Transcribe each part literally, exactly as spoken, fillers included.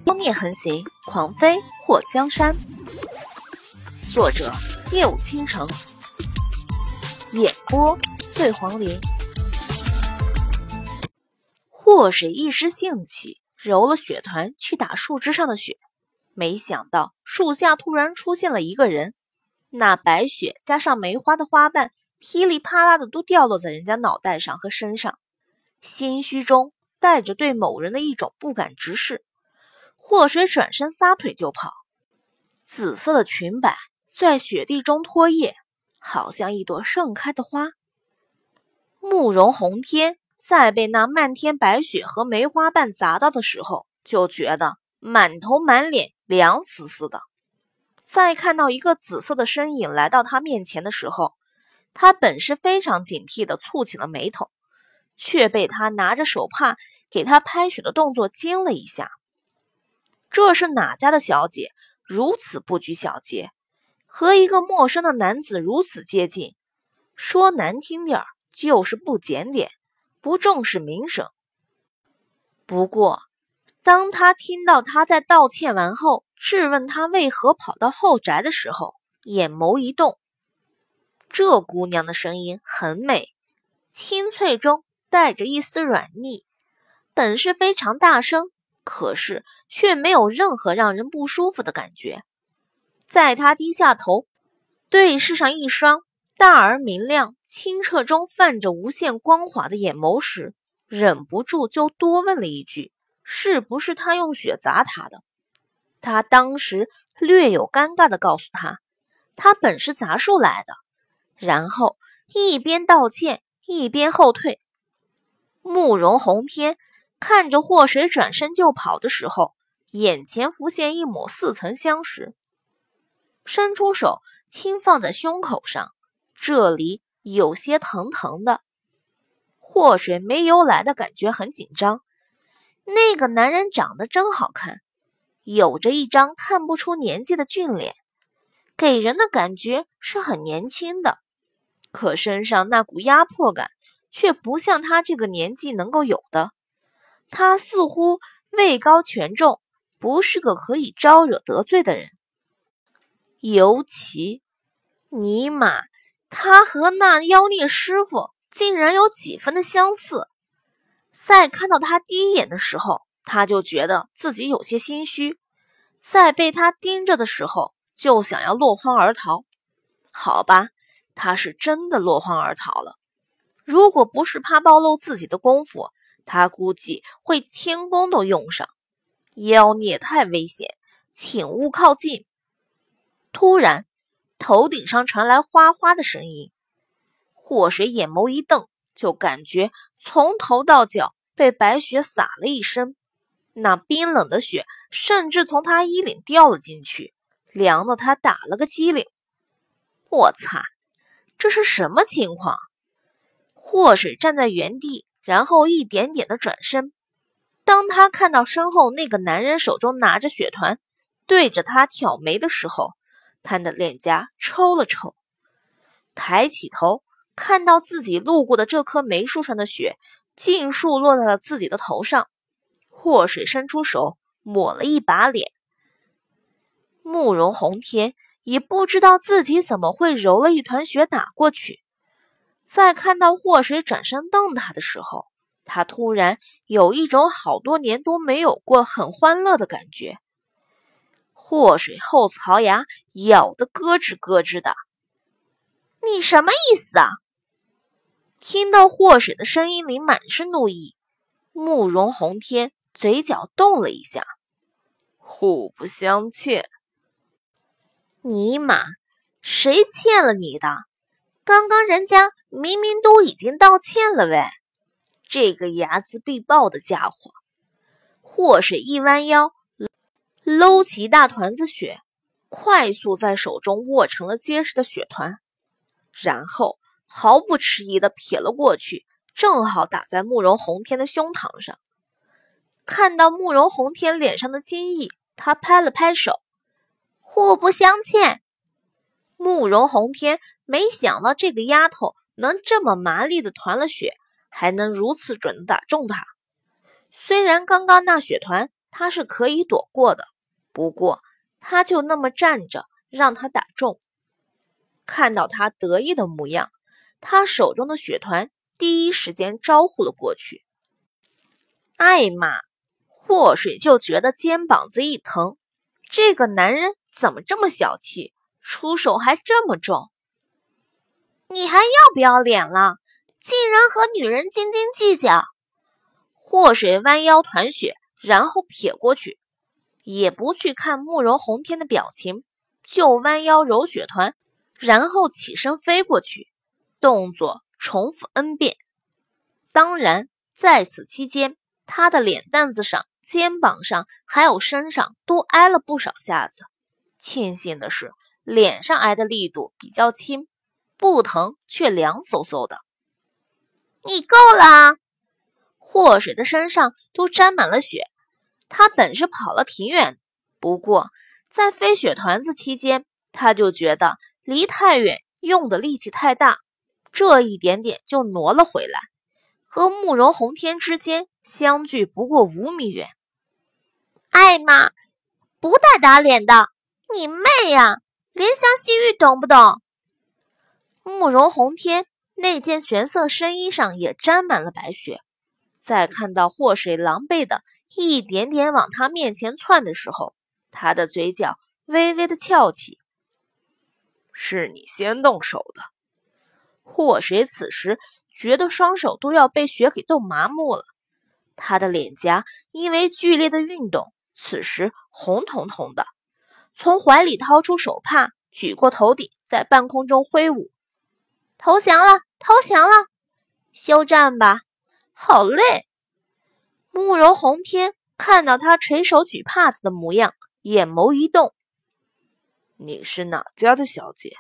妖孽横行，狂飞祸江山。作者：夜舞倾城，演播：醉黄林。祸水一时兴起，揉了雪团去打树枝上的雪，没想到树下突然出现了一个人，那白雪加上梅花的花瓣噼里啪啦的都掉落在人家脑袋上和身上，心虚中带着对某人的一种不敢直视。祸水转身撒腿就跑，紫色的裙摆在雪地中脱叶，好像一朵盛开的花。慕容宏天在被那漫天白雪和梅花瓣砸到的时候，就觉得满头满脸凉丝丝的。再看到一个紫色的身影来到他面前的时候，他本是非常警惕地蹙起了眉头，却被他拿着手帕给他拍雪的动作惊了一下。这是哪家的小姐如此不拘小节，和一个陌生的男子如此接近，说难听点儿就是不检点，不重视名声。不过当他听到他在道歉完后质问他为何跑到后宅的时候，眼眸一动。这姑娘的声音很美，清脆中带着一丝软腻，本是非常大声，可是却没有任何让人不舒服的感觉。在他低下头对视上一双大而明亮、清澈中泛着无限光华的眼眸时，忍不住就多问了一句，是不是他用雪砸他的？他当时略有尴尬地告诉他，他本是砸树来的，然后一边道歉一边后退。慕容宏天看着祸水转身就跑的时候，眼前浮现一抹似曾相识，伸出手轻放在胸口上，这里有些疼疼的。祸水没由来的感觉很紧张，那个男人长得真好看，有着一张看不出年纪的俊脸，给人的感觉是很年轻的，可身上那股压迫感却不像他这个年纪能够有的。他似乎位高权重，不是个可以招惹得罪的人。尤其尼玛，他和那妖孽师傅竟然有几分的相似。在看到他第一眼的时候，他就觉得自己有些心虚，在被他盯着的时候就想要落荒而逃。好吧，他是真的落荒而逃了。如果不是怕暴露自己的功夫，他估计会轻功都用上。妖孽太危险，请勿靠近。突然头顶上传来哗哗的声音，祸水眼眸一瞪，就感觉从头到脚被白雪洒了一身，那冰冷的雪甚至从他衣领掉了进去，凉得他打了个激灵。我擦，这是什么情况？祸水站在原地，然后一点点的转身。当他看到身后那个男人手中拿着雪团对着他挑眉的时候，他的脸颊抽了抽，抬起头看到自己路过的这棵梅树上的雪尽数落在了自己的头上。祸水伸出手抹了一把脸。慕容宏天也不知道自己怎么会揉了一团雪打过去，在看到祸水转身瞪他的时候，他突然有一种好多年都没有过很欢乐的感觉。祸水后槽牙咬得咯吱咯吱的。你什么意思啊？听到祸水的声音里满是怒意，慕容宏天嘴角动了一下。互不相欠。尼玛，谁欠了你的？刚刚人家明明都已经道歉了喂。这个睚眦必报的家伙。祸水一弯腰，搂起一大团子雪，快速在手中握成了结实的雪团，然后毫不迟疑地撇了过去，正好打在慕容宏天的胸膛上。看到慕容宏天脸上的惊异，他拍了拍手，互不相欠。慕容宏天没想到这个丫头能这么麻利地团了雪，还能如此准地打中他。虽然刚刚那雪团他是可以躲过的，不过他就那么站着，让他打中。看到他得意的模样，他手中的血团第一时间招呼了过去。艾玛，祸水就觉得肩膀子一疼，这个男人怎么这么小气，出手还这么重？你还要不要脸了？竟然和女人斤斤计较！祸水弯腰团血，然后撇过去，也不去看慕容洪天的表情，就弯腰揉血团，然后起身飞过去，动作重复 N 遍。当然，在此期间，他的脸蛋子上、肩膀上还有身上都挨了不少下子。庆幸的是，脸上挨的力度比较轻，不疼却凉飕飕的。你够了！祸水的身上都沾满了血，他本是跑了挺远，不过在飞血团子期间，他就觉得离太远，用的力气太大，这一点点就挪了回来，和慕容洪天之间相距不过五米远。艾玛，不带打脸的，你妹呀！怜香惜玉懂不懂？慕容洪天那件玄色深衣上也沾满了白血，在看到祸水狼狈的一点点往他面前窜的时候，他的嘴角微微的翘起。是你先动手的。祸水此时觉得双手都要被血给冻麻木了，他的脸颊因为剧烈的运动，此时红彤彤的，从怀里掏出手帕，举过头顶，在半空中挥舞。投降了，投降了，休战吧，好累。慕容洪天看到他垂手举帕子的模样，眼眸一动。你是哪家的小姐？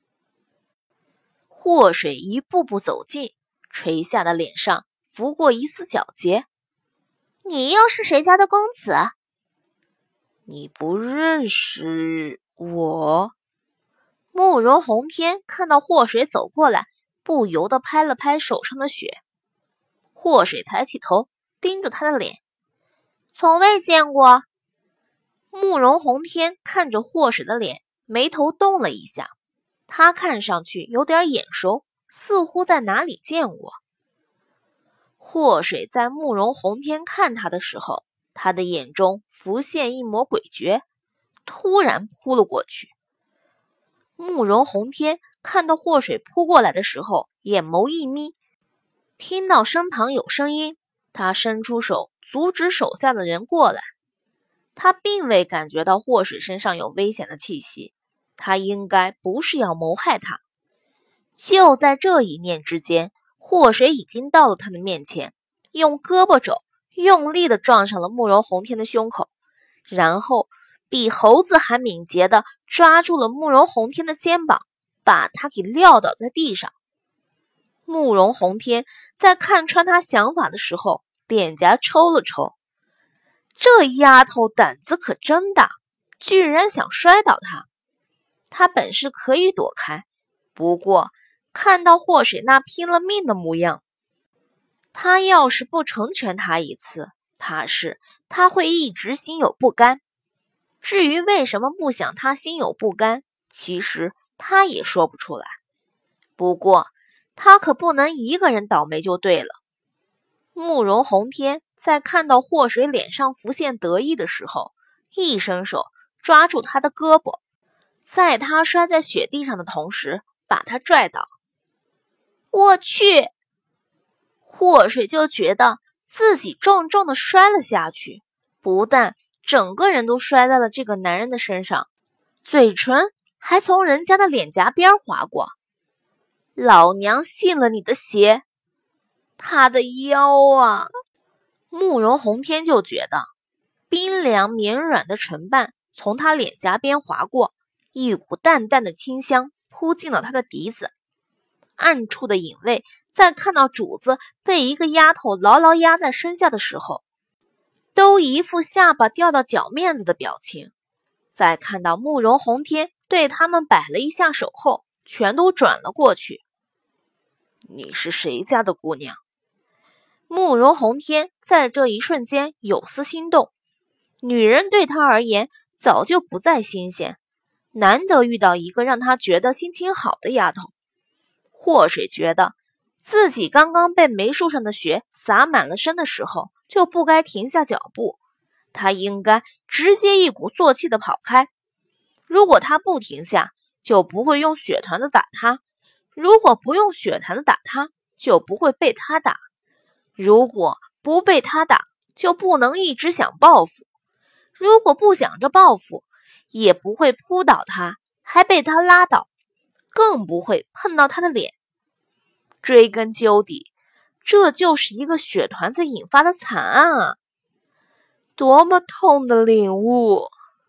祸水一步步走近，垂下的脸上拂过一丝皎洁。你又是谁家的公子？你不认识我？慕容洪天看到祸水走过来，不由得拍了拍手上的血。祸水抬起头，盯着他的脸。从未见过。慕容洪天看着祸水的脸，眉头动了一下。他看上去有点眼熟，似乎在哪里见过。祸水在慕容洪天看他的时候，他的眼中浮现一抹诡谲，突然扑了过去。慕容洪天看到祸水扑过来的时候，眼眸一眯，听到身旁有声音，他伸出手阻止手下的人过来。他并未感觉到祸水身上有危险的气息，他应该不是要谋害他。就在这一念之间，祸水已经到了他的面前，用胳膊肘用力地撞上了慕容洪天的胸口，然后比猴子还敏捷地抓住了慕容洪天的肩膀，把他给撂倒在地上。慕容洪天在看穿他想法的时候，脸颊抽了抽。这丫头胆子可真大，居然想摔倒他。他本是可以躲开，不过看到祸水那拼了命的模样，他要是不成全他一次，怕是他会一直心有不甘。至于为什么不想他心有不甘，其实他也说不出来。不过他可不能一个人倒霉就对了。慕容洪天在看到祸水脸上浮现得意的时候，一伸手抓住他的胳膊，在他摔在雪地上的同时把他拽倒。我去！祸水就觉得自己重重的摔了下去，不但整个人都摔在了这个男人的身上，嘴唇还从人家的脸颊边划过。老娘信了你的邪！他的腰啊！慕容洪天就觉得冰凉绵软的唇瓣从他脸颊边划过，一股淡淡的清香扑进了他的鼻子。暗处的隐卫在看到主子被一个丫头牢牢压在身下的时候，都一副下巴掉到脚面子的表情。在看到慕容洪天对他们摆了一下手后，全都转了过去。你是谁家的姑娘？慕容洪天在这一瞬间有丝心动， 女人对他而言早就不再新鲜，难得遇到一个让他觉得心情好的丫头。祸水觉得自己刚刚被梅树上的雪洒满了身的时候，就不该停下脚步，他应该直接一鼓作气地跑开。如果他不停下，就不会用雪团子打他；如果不用雪团子打他，就不会被他打；如果不被他打，就不能一直想报复；如果不想着报复，也不会扑倒他，还被他拉倒，更不会碰到他的脸。追根究底，这就是一个雪团子引发的惨案啊！多么痛的领悟！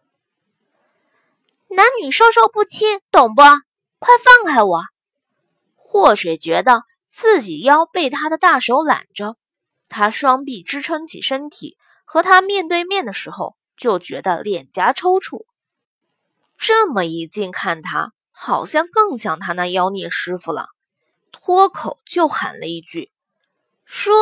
男女授受不亲，懂不？快放开我！祸水觉得自己腰被他的大手揽着，他双臂支撑起身体，和他面对面的时候，就觉得脸颊抽搐。这么一近看他，好像更像他那妖孽师傅了，脱口就喊了一句：“说！”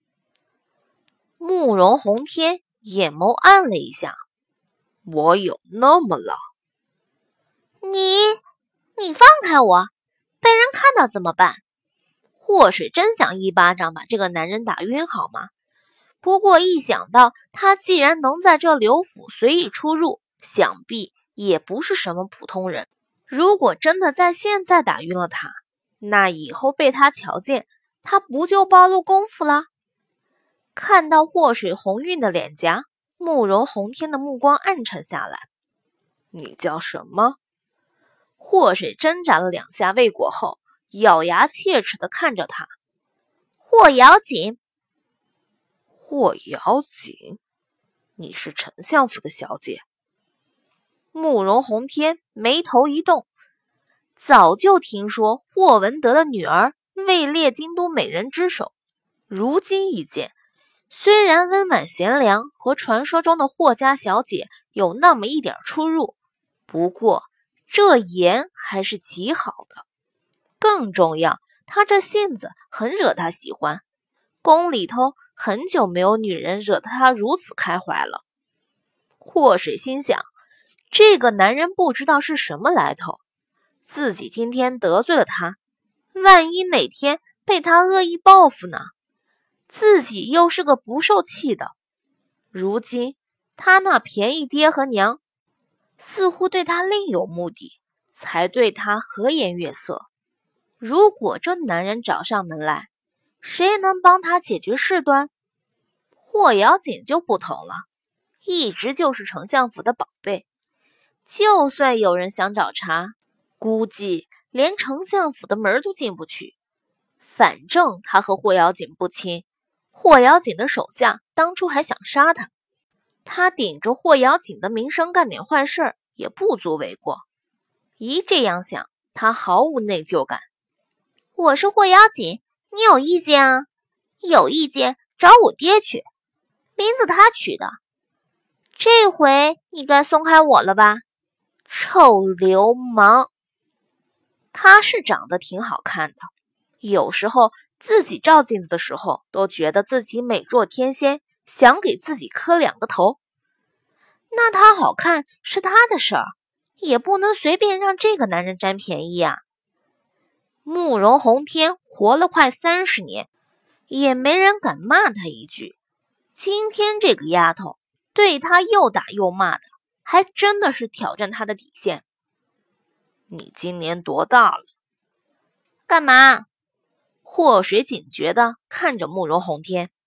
慕容宏天眼眸暗了一下：“我有那么老？”你，你放开我！被人看到怎么办？祸水真想一巴掌把这个男人打晕好吗？不过一想到他既然能在这刘府随意出入，想必也不是什么普通人。如果真的在现在打晕了他，那以后被他瞧见，他不就暴露功夫了？看到祸水红晕的脸颊，慕容宏天的目光暗沉下来。你叫什么？祸水挣扎了两下未果后，咬牙切齿地看着他。霍瑶锦。霍瑶锦？你是丞相府的小姐？慕容宏天眉头一动，早就听说霍文德的女儿位列京都美人之首，如今一见，虽然温婉贤良和传说中的霍家小姐有那么一点出入，不过这颜还是极好的。更重要，她这性子很惹他喜欢，宫里头很久没有女人惹得他如此开怀了。祸水心想，这个男人不知道是什么来头，自己今天得罪了他，万一哪天被他恶意报复呢？自己又是个不受气的，如今他那便宜爹和娘似乎对他另有目的，才对他和颜悦色。如果这男人找上门来，谁能帮他解决事端？霍瑶锦就不同了，一直就是丞相府的宝贝，就算有人想找茬，估计连丞相府的门都进不去。反正他和霍瑶锦不亲，霍瑶锦的手下当初还想杀他，他顶着霍瑶锦的名声干点坏事也不足为过。一这样想，他毫无内疚感。我是霍瑶锦，你有意见啊？有意见找我爹去，名字他取的。这回你该松开我了吧，臭流氓！他是长得挺好看的，有时候自己照镜子的时候都觉得自己美若天仙，想给自己磕两个头。那他好看是他的事儿，也不能随便让这个男人占便宜啊。慕容宏天活了快三十年，也没人敢骂他一句。今天这个丫头对他又打又骂的，还真的是挑战他的底线。你今年多大了？干嘛？祸水警觉地看着慕容宏天。